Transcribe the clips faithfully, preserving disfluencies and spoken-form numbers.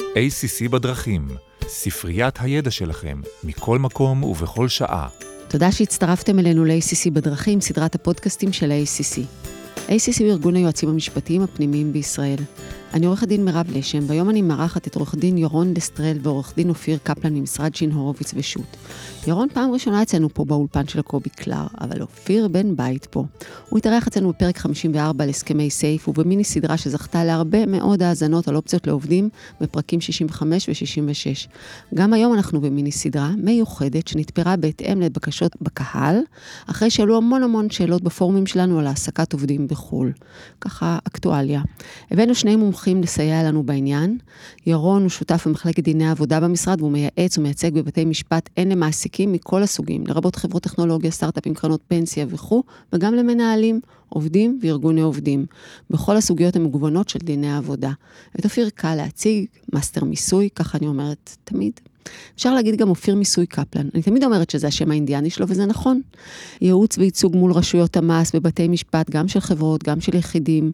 איי סי סי בדרכים, ספריית הידע שלכם, מכל מקום ובכל שעה. תודה שהצטרפתם אלינו ל-איי סי סי בדרכים, סדרת הפודקאסטים של איי סי סי. איי סי סי הוא ארגון היועצים המשפטיים הפנימיים בישראל. אני עורך הדין מירב לשם, והיום אני מארחת את עורך דין ירון דסטרל ועורך דין אופיר קפלן ממשרד שין הורוביץ ושות'. ירון פעם ראשונה אצלנו פה באולפן של קובי קלר, אבל אופיר בן בית פה. הוא התארח אצלנו בפרק חמישים וארבע על הסכמי סייף, ובמיני סדרה שזכתה להרבה מאוד האזנות על אופציות לעובדים בפרקים שישים וחמש ו-שישים ושש. גם היום אנחנו במיני סדרה מיוחדת שנתפרה בהתאם לבקשות בקהל, אחרי שעלו המון המון שאלות בפורומים שלנו על העסקת עובדים בחול. ככה אקטואליה. הבאנו שני מומחים לסייע לנו בעניין. ירון הוא שותף במחלקת דיני העבודה במשרד, והוא מייעץ ומייצג בבתי משפט הן למעסיקים מכל הסוגים, לרבות חברות טכנולוגיה, סטארט-אפים, קרנות פנסיה וכו', וגם למנהלים, עובדים וארגוני עובדים, בכל הסוגיות המגוונות של דיני העבודה. את אופיר קל להציג, מאסטר מיסוי, ככה אני אומרת תמיד. אפשר להגיד גם אופיר מיסוי קפלן. אני תמיד אומרת שזה השם האינדיאני שלו, וזה נכון. ייעוץ וייצוג מול רשויות המס בבתי משפט, גם של חברות, גם של יחידים,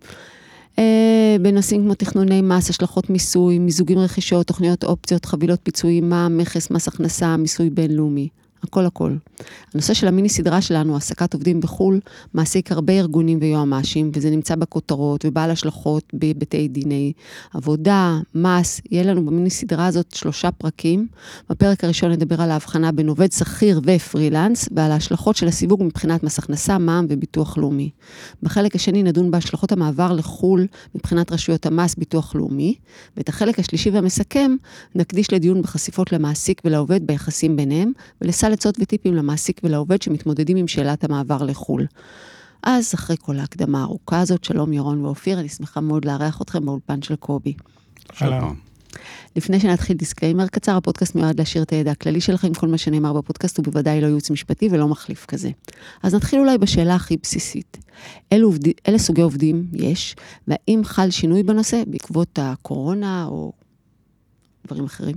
בנושאים כמו תכנוני מס, השלכות מיסוי, מיזוגים רכישות, תוכניות אופציות, חבילות פיצויים, מע"מ, מכס, מס הכנסה, מיסוי בינלאומי. הכל הכל. הנושא של המיני סדרה שלנו, העסקת עובדים בחול, מעסיק הרבה ארגונים ויועמ"שים, וזה נמצא בכותרות ובעל השלכות בבתי דיני עבודה, מס. יהיה לנו במיני סדרה הזאת שלושה פרקים. בפרק הראשון נדבר על ההבחנה בין עובד שכיר ופרילנס, ועל ההשלכות של הסיווג מבחינת מס הכנסה, מע"מ וביטוח לאומי. בחלק השני נדון בהשלכות המעבר לחול מבחינת רשויות המס, ביטוח לאומי, ואת החלק השלישי והמסכם נקדיש לדיון בחשיפות למעסיק ולעובד ביחסים ביניהם, ולסל עצות וטיפים למעסיק ולעובד שמתמודדים עם שאלת המעבר לחול. אז אחרי כל ההקדמה הארוכה הזאת, שלום ירון ואופיר, אני שמחה מאוד לארח אתכם באולפן של קובי. שלום. לפני שנתחיל דיסקליימר קצר, הפודקאסט מיועד להשאיר את הידע הכללי שלכם, כל מה שנאמר בפודקאסט הוא בוודאי לא ייעוץ משפטי ולא מחליף כזה. אז נתחיל אולי בשאלה הכי בסיסית. אילו, עובד... אלה סוגי עובדים יש, והאם חל שינוי בנושא בעקבות הקורונה או דברים אחרים?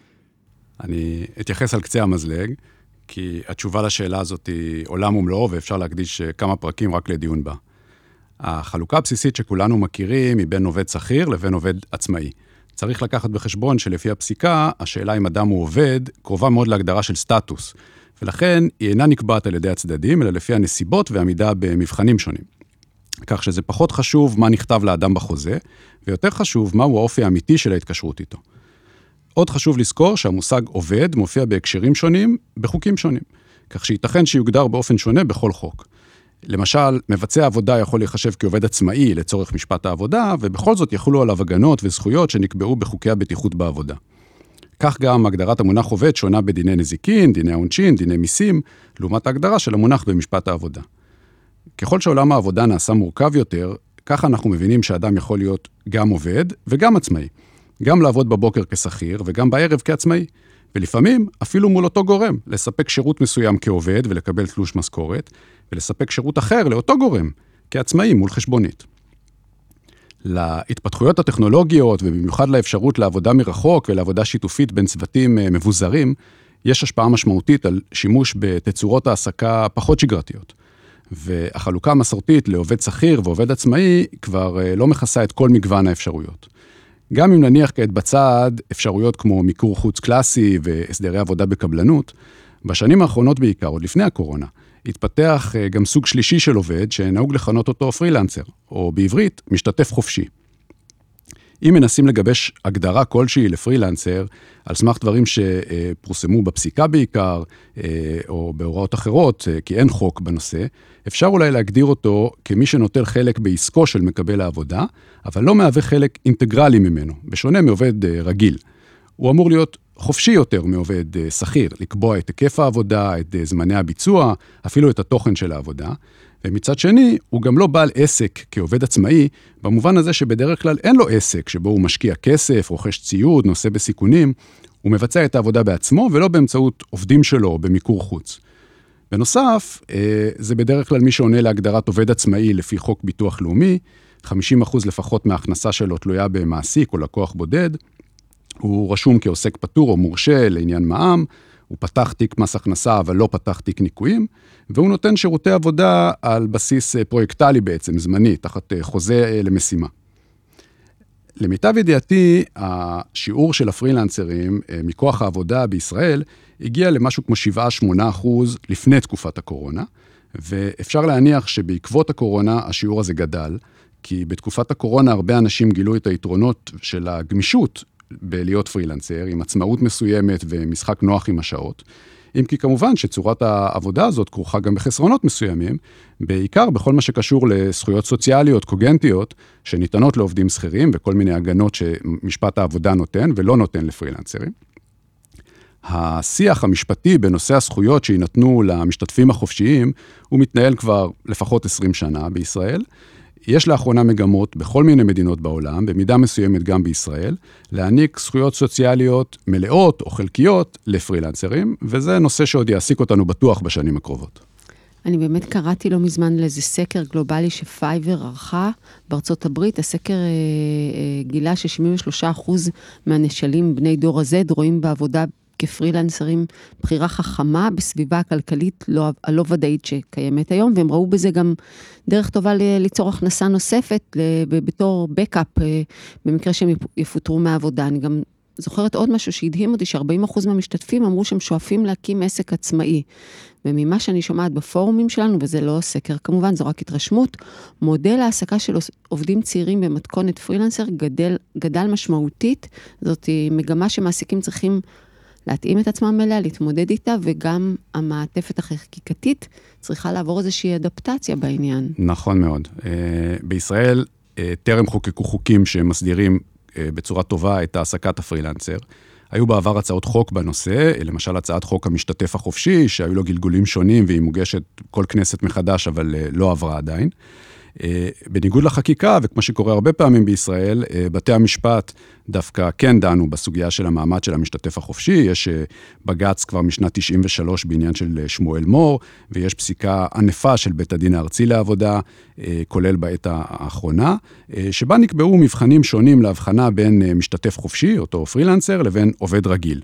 אני אתייחס על קצה המזלג, כי התשובה לשאלה הזאת היא עולם ומלואו, ואפשר להקדיש כמה פרקים רק לדיון בה. החלוקה הבסיסית שכולנו מכירים היא בין עובד שכיר לבין עובד עצמאי. צריך לקחת בחשבון שלפי הפסיקה, השאלה אם אדם הוא עובד, קרובה מאוד להגדרה של סטטוס, ולכן היא אינה נקבעת על ידי הצדדים, אלא לפי הנסיבות והעמידה במבחנים שונים. כך שזה פחות חשוב מה נכתב לאדם בחוזה, ויותר חשוב מהו האופי האמיתי של ההתקשרות איתו. עוד חשוב לזכור שהמושג עובד מופיע בהקשרים שונים, בחוקים שונים, כך שייתכן שיוגדר באופן שונה בכל חוק. למשל, מבצע עבודה יכול להיחשב כעובד עצמאי לצורך משפט העבודה, ובכל זאת יחולו עליו הגנות וזכויות שנקבעו בחוקי הבטיחות בעבודה. כך גם הגדרת המונח עובד שונה בדיני נזיקין, דיני העונשין, דיני מיסים, לעומת ההגדרה של המונח במשפט העבודה. ככל שעולם העבודה נעשה מורכב יותר, כך אנחנו מבינים שאדם יכול להיות גם עובד וגם עצמאי. גם לעבוד בבוקר כשכיר וגם בערב כעצמאי, ולפעמים אפילו מול אותו גורם, לספק שירות מסוים כעובד ולקבל תלוש משכורת, ולספק שירות אחר לאותו גורם, כעצמאי מול חשבונית. להתפתחויות הטכנולוגיות ובמיוחד לאפשרות לעבודה מרחוק ולעבודה שיתופית בין צוותים מבוזרים, יש השפעה משמעותית על שימוש בתצורות העסקה פחות שגרתיות. והחלוקה המסורתית לעובד שכיר ועובד עצמאי כבר לא מכסה את כל מגוון האפשרויות. גם אם נניח כעת בצד אפשרויות כמו מיקור חוץ קלאסי והסדרי עבודה בקבלנות, בשנים האחרונות בעיקר, עוד לפני הקורונה, התפתח גם סוג שלישי של עובד שנהוג לכנות אותו פרילנסר, או בעברית משתתף חופשי. אם מנסים לגבש הגדרה כלשהי לפרילנסר, על סמך דברים שפורסמו בפסיקה בעיקר, או בהוראות אחרות, כי אין חוק בנושא, אפשר אולי להגדיר אותו כמי שנוטל חלק בעסקו של מקבל העבודה, אבל לא מהווה חלק אינטגרלי ממנו, בשונה מעובד רגיל. הוא אמור להיות חופשי יותר מעובד שכיר, לקבוע את היקף העבודה, את זמני הביצוע, אפילו את התוכן של העבודה, ומצד שני, הוא גם לא בעל עסק כעובד עצמאי, במובן הזה שבדרך כלל אין לו עסק, שבו הוא משקיע כסף, רוכש ציוד, נושא בסיכונים, הוא מבצע את העבודה בעצמו, ולא באמצעות עובדים שלו או במיקור חוץ. בנוסף, זה בדרך כלל מי שעונה להגדרת עובד עצמאי לפי חוק ביטוח לאומי, חמישים אחוז לפחות מההכנסה שלו תלויה במעסיק או לקוח בודד, הוא רשום כעוסק פטור או מורשה לעניין מע"מ, הוא פתח תיק מס הכנסה, אבל לא פתח תיק ניכויים, והוא נותן שירותי עבודה על בסיס פרויקטלי בעצם, זמני, תחת חוזה למשימה. למיטב ידיעתי, השיעור של הפרילנסרים מכוח העבודה בישראל הגיע למשהו כמו שבעה שמונה אחוז לפני תקופת הקורונה, ואפשר להניח שבעקבות הקורונה השיעור הזה גדל, כי בתקופת הקורונה הרבה אנשים גילו את היתרונות של הגמישות בלהיות פרילנסר, עם עצמאות מסוימת ומשחק נוח עם השעות, אם כי כמובן שצורת העבודה הזאת כרוכה גם בחסרונות מסוימים, בעיקר בכל מה שקשור לזכויות סוציאליות, קוגנטיות, שניתנות לעובדים שכירים, וכל מיני הגנות שמשפט העבודה נותן ולא נותן לפרילנסרים. השיח המשפטי בנושא הזכויות שיינתנו למשתתפים החופשיים, הוא מתנהל כבר לפחות עשרים שנה בישראל. יש לאחרונה מגמות בכל מיני מדינות בעולם, במידה מסוימת גם בישראל, להעניק זכויות סוציאליות מלאות או חלקיות לפרילנסרים, וזה נושא שעוד יעסיק אותנו בטוח בשנים הקרובות. אני באמת קראתי לא מזמן לאיזה סקר גלובלי שפייבר ערכה בארצות הברית. הסקר אה, אה, גילה ש-שבעים ושלושה אחוז מהנשאלים בני דור ה-Z רואים בעבודה כפרילנסרים בחירה חכמה בסביבה הכלכלית לא, הלא ודאית שקיימת היום, והם ראו בזה גם דרך טובה ליצור הכנסה נוספת בתור בקאפ במקרה שהם יפוטרו מהעבודה. אני גם זוכרת עוד משהו שהדהים אותי, ש-ארבעים אחוז מהמשתתפים אמרו שהם שואפים להקים עסק עצמאי, וממה שאני שומעת בפורומים שלנו, וזה לא סקר כמובן, זו רק התרשמות, מודל העסקה של עובדים צעירים במתכונת פרילנסר גדל, גדל משמעותית. זאת מגמה שמעסיקים צריכים להתאים את עצמם אליה, להתמודד איתה, וגם המעטפת החקיקתית צריכה לעבור איזושהי אדפטציה בעניין. נכון מאוד. בישראל טרם חוקקו חוקים שמסדירים בצורה טובה את העסקת הפרילנסר. היו בעבר הצעות חוק בנושא, למשל הצעת חוק המשתתף החופשי, שהיו לו גלגולים שונים, והיא מוגשת כל כנסת מחדש, אבל לא עברה עדיין. בניגוד לחקיקה, וכמו שקורה הרבה פעמים בישראל, בתי המשפט דווקא כן דנו בסוגיה של המעמד של המשתתף החופשי. יש בג"ץ כבר משנת תשעים ושלוש בעניין של שמואל מור, ויש פסיקה ענפה של בית הדין הארצי לעבודה, כולל בעת האחרונה, שבה נקבעו מבחנים שונים להבחנה בין משתתף חופשי, אותו פרילנסר, לבין עובד רגיל.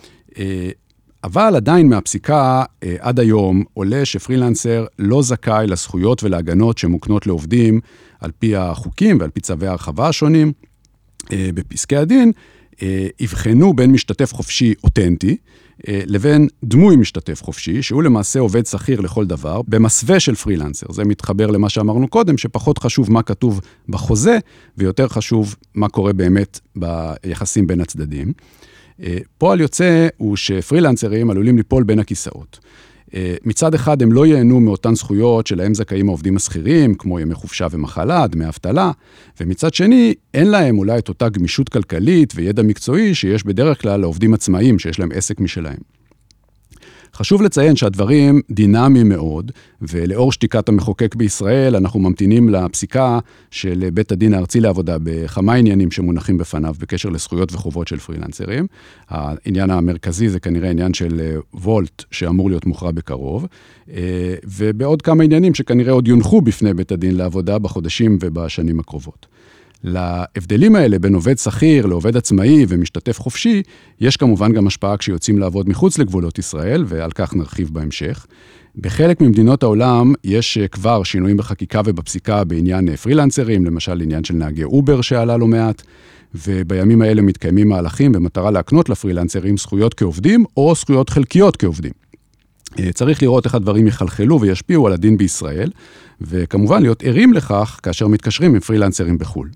אבל עדיין מהפסיקה עד היום עולה שפרילנסר לא זכאי לזכויות ולהגנות שמוקנות לעובדים על פי החוקים ועל פי צווי הרחבה השונים. בפסקי הדין הבחנו בין משתתף חופשי אותנטי לבין דמוי משתתף חופשי, שהוא למעשה עובד שכיר לכל דבר, במסווה של פרילנסר. זה מתחבר למה שאמרנו קודם, שפחות חשוב מה כתוב בחוזה, ויותר חשוב מה קורה באמת ביחסים בין הצדדים. פועל יוצא הוא שפרילנסרים עלולים ליפול בין הכיסאות. מצד אחד הם לא ייהנו מאותן זכויות שלהם זכאים העובדים השכירים, כמו ימי חופשה ומחלה, דמי אבטלה, ומצד שני אין להם אולי את אותה גמישות כלכלית וידע מקצועי שיש בדרך כלל לעובדים עצמאיים שיש להם עסק משלהם. חשוב לציין שהדברים דינמיים מאוד, ולאור שתיקת המחוקק בישראל, אנחנו ממתינים לפסיקה של בית הדין הארצי לעבודה בכמה עניינים שמונחים בפניו בקשר לזכויות וחובות של פרילנסרים. העניין המרכזי זה כנראה עניין של וולט שאמור להיות מוכרע בקרוב, ובעוד כמה עניינים שכנראה עוד יונחו בפני בית הדין לעבודה בחודשים ובשנים הקרובות. להבדלים האלה בין עובד שכיר לעובד עצמאי ומשתתף חופשי, יש כמובן גם השפעה כשיוצאים לעבוד מחוץ לגבולות ישראל, ועל כך נרחיב בהמשך. בחלק ממדינות העולם יש כבר שינויים בחקיקה ובפסיקה בעניין פרילנסרים, למשל עניין של נהגי אובר שעלה לא מעט, ובימים האלה מתקיימים מהלכים במטרה להקנות לפרילנסרים זכויות כעובדים או זכויות חלקיות כעובדים. צריך לראות איך הדברים יחלחלו וישפיעו על הדין בישראל, וכמובן להיות ערים לכך כאשר מתקשרים עם פרילנסרים בחו"ל.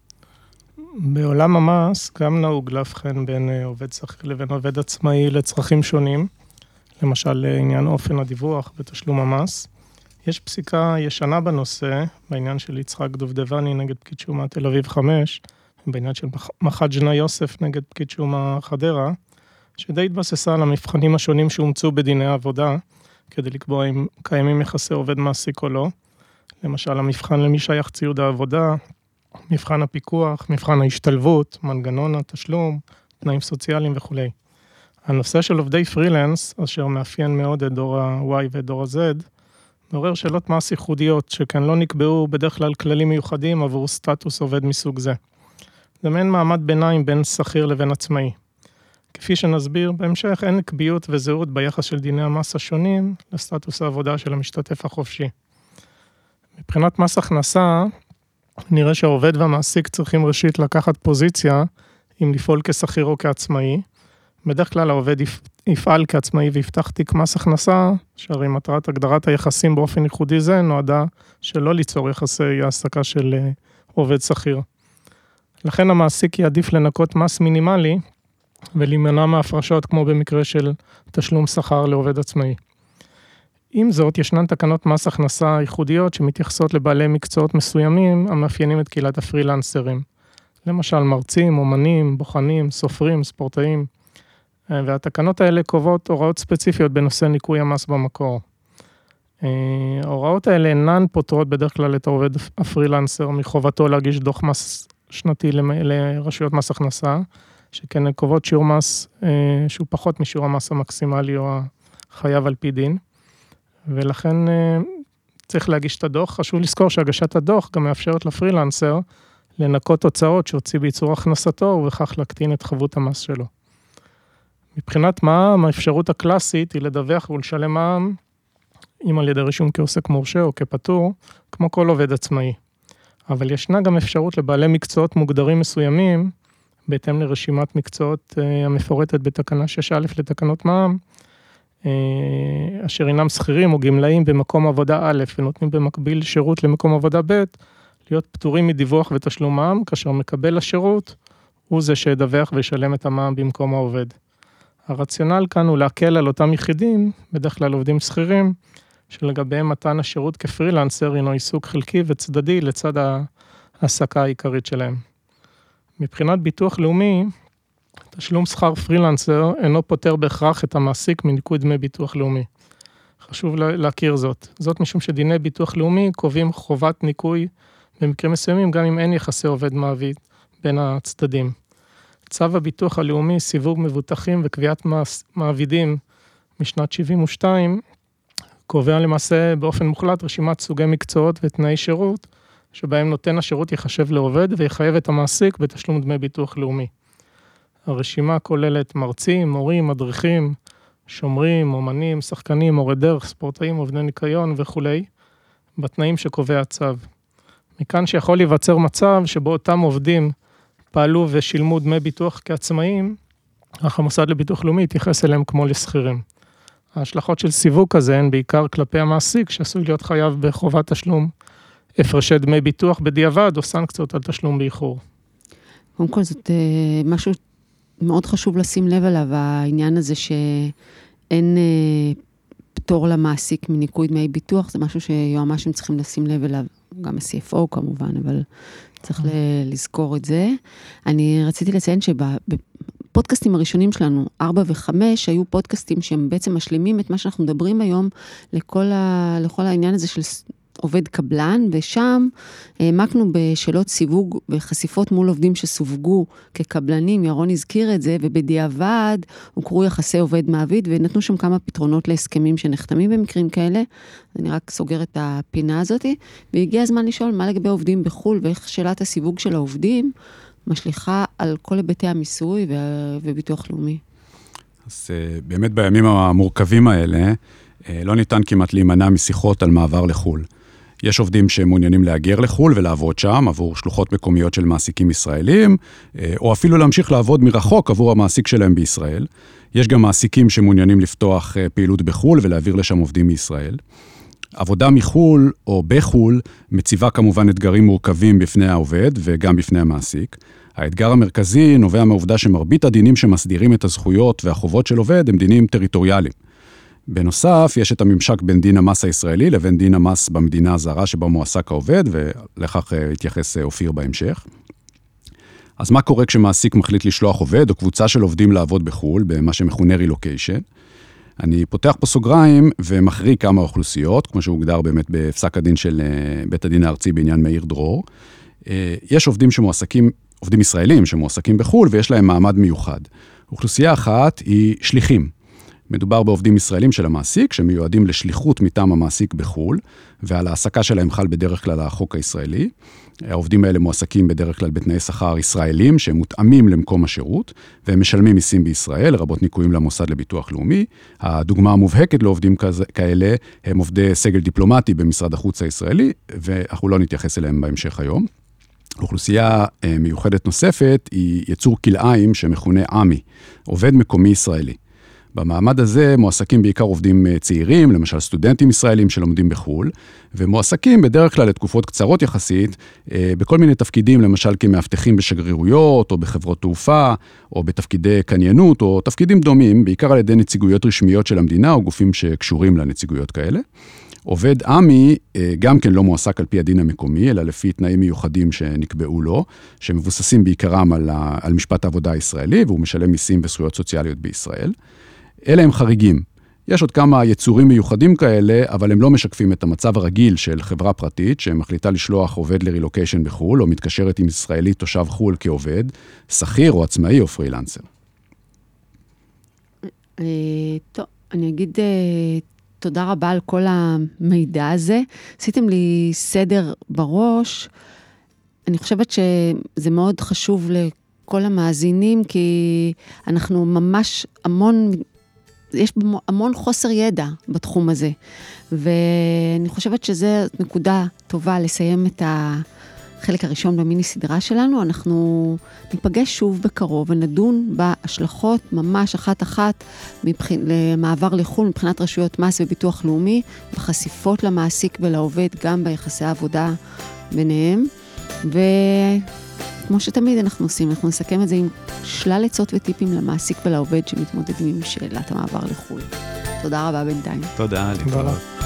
בעולם המס גם נהוג להבחין בין עובד שכיר לבין עובד עצמאי לצרכים שונים, למשל לעניין אופן הדיווח בתשלום המס. יש פסיקה ישנה בנושא, בעניין של יצחק דובדבני נגד פקיד שומה תל אביב חמש, בעניין של מחג'נה יוסף נגד פקיד שומה חדרה, שדי התבססה על המבחנים השונים שהומצאו בדיני העבודה, כדי לקבוע אם קיימים יחסי עובד מעסיק או לא. למשל, המבחן למי שייך ציוד העבודה, מבחן הפיקוח, מבחן ההשתלבות, מנגנון התשלום, תנאים סוציאליים וכו'. הנושא של עובדי פרילנס, אשר מאפיין מאוד את דור ה-Y ואת דור ה-Z, מעורר שאלות מס ייחודיות, שכן לא נקבעו בדרך כלל כללים מיוחדים עבור סטטוס עובד מסוג זה. זה מעין מעמד ביניים בין שכיר לבין עצמאי. כפי שנסביר, בהמשך אין קביעות וזהות ביחס של דיני המס השונים לסטטוס העבודה של המשתתף החופשי. מבחינת מס הכנסה, נראה שהעובד והמעסיק צריכים ראשית לקחת פוזיציה, אם לפעול כשכיר או כעצמאי. בדרך כלל העובד יפעל כעצמאי ויפתח תיק מס הכנסה, שהרי מטרת הגדרת היחסים באופן ייחודי זה נועדה שלא ליצור יחסי העסקה של עובד שכיר. לכן המעסיק יעדיף לנקות מס מינימלי, ולהימנע מהפרשות כמו במקרה של תשלום שכר לעובד עצמאי. עם זאת, ישנן תקנות מס הכנסה ייחודיות שמתייחסות לבעלי מקצועות מסוימים המאפיינים את קהילת הפרילנסרים. למשל מרצים, אומנים, בוחנים, סופרים, ספורטאים. והתקנות האלה קובעות הוראות ספציפיות בנושא ניכוי המס במקור. ההוראות האלה אינן פותרות בדרך כלל את העובד הפרילנסר מחובתו להגיש דוח מס שנתי לרשויות מס הכנסה, שכן קובעות שיעור מס שהוא פחות משיעור המס המקסימלי או החייב על פי דין. ולכן צריך להגיש את הדוח. חשוב לזכור שהגשת הדוח גם מאפשרת לפרילנסר לנקות תוצאות שהוציא בייצור הכנסתו, ובכך להקטין את חבות המס שלו. מבחינת מע"מ, האפשרות הקלאסית היא לדווח ולשלם מע"מ, אם על ידי רישום כעוסק מורשה או כפטור, כמו כל עובד עצמאי. אבל ישנה גם אפשרות לבעלי מקצועות מוגדרים מסוימים, בהתאם לרשימת מקצועות המפורטת בתקנה שש א' לתקנות מע"מ, אשר אינם שכירים או גמלאים במקום עבודה א' ונותנים במקביל שירות למקום עבודה ב', להיות פטורים מדיווח ותשלום מע"מ, כאשר מקבל השירות הוא זה שידווח וישלם את המע"מ במקום העובד. הרציונל כאן הוא להקל על אותם יחידים, בדרך כלל עובדים שכירים, שלגביהם מתן השירות כפרילנסר הינו עיסוק חלקי וצדדי לצד ההעסקה העיקרית שלהם. מבחינת ביטוח לאומי, תשלום שכר פרילנסר אינו פותר בהכרח את המעסיק מניקוי דמי ביטוח לאומי. חשוב להכיר זאת. זאת משום שדיני ביטוח לאומי קובעים חובת ניקוי במקרים מסוימים, גם אם אין יחסי עובד מעביד בין הצדדים. צו הביטוח הלאומי, סיווג מבוטחים וקביעת מעבידים משנת שבעים ושתיים, קובע למעשה באופן מוחלט רשימת סוגי מקצועות ותנאי שירות, שבהם נותן השירות יחשב לעובד ויחייב את המעסיק בתשלום דמי ביטוח לאומי. הרשימה כוללת מרצים, מורים, מדריכים, שומרים, אומנים, שחקנים, מורי דרך, ספורטאים, עובדי ניקיון וכו', בתנאים שקובע הצו. מכאן שיכול להיווצר מצב שבו אותם עובדים פעלו ושילמו דמי ביטוח כעצמאים, אך המוסד לביטוח לאומי יתייחס אליהם כמו לסחירים. ההשלכות של סיווג כזה הן בעיקר כלפי המעסיק, שעשוי להיות חייב בחובת תשלום הפרשי דמי ביטוח בדיעבד או סנקציות על תשלום באיחור. קודם כל, זאת משהו מאוד חשוב לשים לב עליו, העניין הזה שאין פטור למעסיק מניקוי דמי ביטוח, זה משהו שיועמ"שים צריכים לשים לב אליו, גם ה-סי אף או כמובן, אבל צריך לזכור את זה. אני רציתי לציין שבפודקאסטים הראשונים שלנו, ארבע וחמש, היו פודקאסטים שהם בעצם משלימים את מה שאנחנו מדברים היום, לכל, ה, לכל העניין הזה של עובד קבלן, ושם העמקנו בשאלות סיווג וחשיפות מול עובדים שסווגו כקבלנים, ירון הזכיר את זה, ובדיעבד הוכרו יחסי עובד מעביד, ונתנו שם כמה פתרונות להסכמים שנחתמים במקרים כאלה. אני רק סוגר את הפינה הזאת, והגיע הזמן לשאול מה לגבי עובדים בחול, ואיך שאלת הסיווג של העובדים משליכה על כל היבטי המיסוי וביטוח לאומי. אז באמת בימים המורכבים האלה, לא ניתן כמעט להימנע משיחות על מעבר לחול. יש עובדים שמעוניינים להגר לחול ולעבוד שם עבור שלוחות מקומיות של מעסיקים ישראלים, או אפילו להמשיך לעבוד מרחוק עבור המעסיק שלהם בישראל. יש גם מעסיקים שמעוניינים לפתוח פעילות בחול ולהעביר לשם עובדים מישראל. עבודה מחול או בחול מציבה כמובן אתגרים מורכבים בפני העובד וגם בפני המעסיק. האתגר המרכזי נובע מהעובדה שמרבית הדינים שמסדירים את הזכויות והחובות של עובד הם דינים טריטוריאליים. בנוסף, יש את הממשק בין דין המס הישראלי לבין דין המס במדינה הזרה שבה מועסק העובד, ולכך התייחס אופיר בהמשך. אז מה קורה כשמעסיק מחליט לשלוח עובד או קבוצה של עובדים לעבוד בחול, במה שמכונה רילוקיישן? אני פותח פה סוגריים ומחריג כמה אוכלוסיות, כמו שהוגדר באמת בפסק הדין של בית הדין הארצי בעניין מאיר דרור. יש עובדים שמועסקים, עובדים ישראלים שמועסקים בחול ויש להם מעמד מיוחד. אוכלוסייה אחת היא שליחים. מדובר בעובדים ישראלים של המעסיק, שמיועדים לשליחות מטעם המעסיק בחול, ועל העסקה שלהם חל בדרך כלל החוק הישראלי. העובדים האלה מועסקים בדרך כלל בתנאי שכר ישראלים, שהם מותאמים למקום השירות, והם משלמים מיסים בישראל, לרבות ניכויים למוסד לביטוח לאומי. הדוגמה המובהקת לעובדים כאלה, הם עובדי סגל דיפלומטי במשרד החוץ הישראלי, ואנחנו לא נתייחס אליהם בהמשך היום. אוכלוסייה מיוחדת נוספת היא יצור כלאיים שמכונה עמי, עובד מקומי ישראלי. במעמד הזה מועסקים בעיקר עובדים צעירים, למשל סטודנטים ישראלים שלומדים בחו"ל, ומועסקים בדרך כלל לתקופות קצרות יחסית, בכל מיני תפקידים, למשל כמאבטחים בשגרירויות, או בחברות תעופה, או בתפקידי קניינות, או תפקידים דומים, בעיקר על ידי נציגויות רשמיות של המדינה, או גופים שקשורים לנציגויות כאלה. עובד עמי גם כן לא מועסק על פי הדין המקומי, אלא לפי תנאים מיוחדים שנקבעו לו, שמבוססים בעיקרם על, ה, על משפט העבודה הישראלי, והוא משלם מיסים וזכויות סוציאליות בישראל. אלה הם חריגים. יש עוד כמה יצורים מיוחדים כאלה, אבל הם לא משקפים את המצב הרגיל של חברה פרטית, שמחליטה לשלוח עובד לרילוקיישן בחו"ל, או מתקשרת עם ישראלי תושב חו"ל כעובד, שכיר או עצמאי או פרילנסר. טוב, אני אגיד תודה רבה על כל המידע הזה. עשיתם לי סדר בראש. אני חושבת שזה מאוד חשוב לכל המאזינים, כי אנחנו ממש המון... יש המון חוסר ידע בתחום הזה, ואני חושבת שזו נקודה טובה לסיים את החלק הראשון במיני סדרה שלנו. אנחנו ניפגש שוב בקרוב ונדון בהשלכות ממש אחת-אחת מבח... למעבר לחו"ל מבחינת רשויות מס וביטוח לאומי, בחשיפות למעסיק ולעובד, גם ביחסי העבודה ביניהם, ו... כמו שתמיד אנחנו עושים, אנחנו נסכם את זה עם שלל עצות וטיפים למעסיק ולעובד שמתמודדים עם שאלת המעבר לחו"ל. תודה רבה בינתיים. תודה, להתראות.